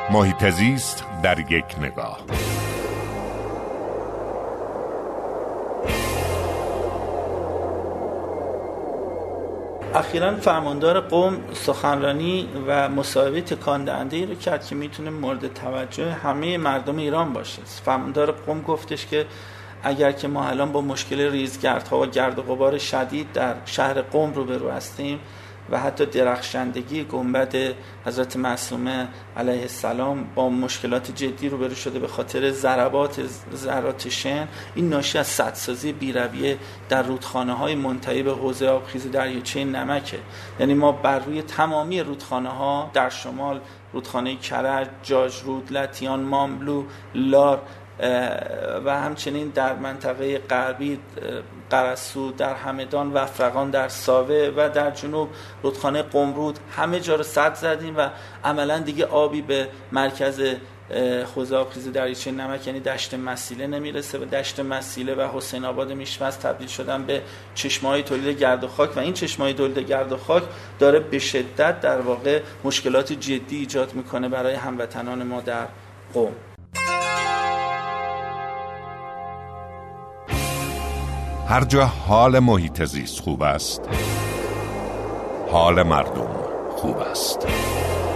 محیط زیست در یک نگاه. اخیراً فرماندار قم سخنرانی و مصاحبه تکان دهنده‌ای رو کرد که میتونه مورد توجه همه مردم ایران باشه. فرماندار قم گفتش که اگر که ما الان با مشکل ریزگردها و گرد و غبار شدید در شهر قم روبرو هستیم و حتی درخشندگی گنبد حضرت معصومه علیه السلام با مشکلات جدی روبرو شده به خاطر ضربات ذرات شن، این ناشی از سدسازی بی‌رویه در رودخانه‌های منتهی به حوضه آبخیز دریاچه نمکه. یعنی ما بر روی تمامی رودخانه‌ها در شمال، رودخانه کرج، جاجرود، لطیان، ماملو، لار و همچنین در منطقه غربی قرسو، در همدان و افرقان در ساوه و در جنوب رودخانه قمرود، همه جا رو سد زدیم و عملا دیگه آبی به مرکز حوضه آبخیز دریاچه نمک یعنی دشت مسیله نمیرسه و دشت مسیله و حسین آباد میشمز تبدیل شدن به چشمه‌های تولید گرد و خاک و این چشمه‌های تولید گرد و خاک داره به شدت در واقع مشکلات جدی ایجاد میکنه برای هموطنان ما در قم. هر جا حال محیط زیست خوب است، حال مردم خوب است.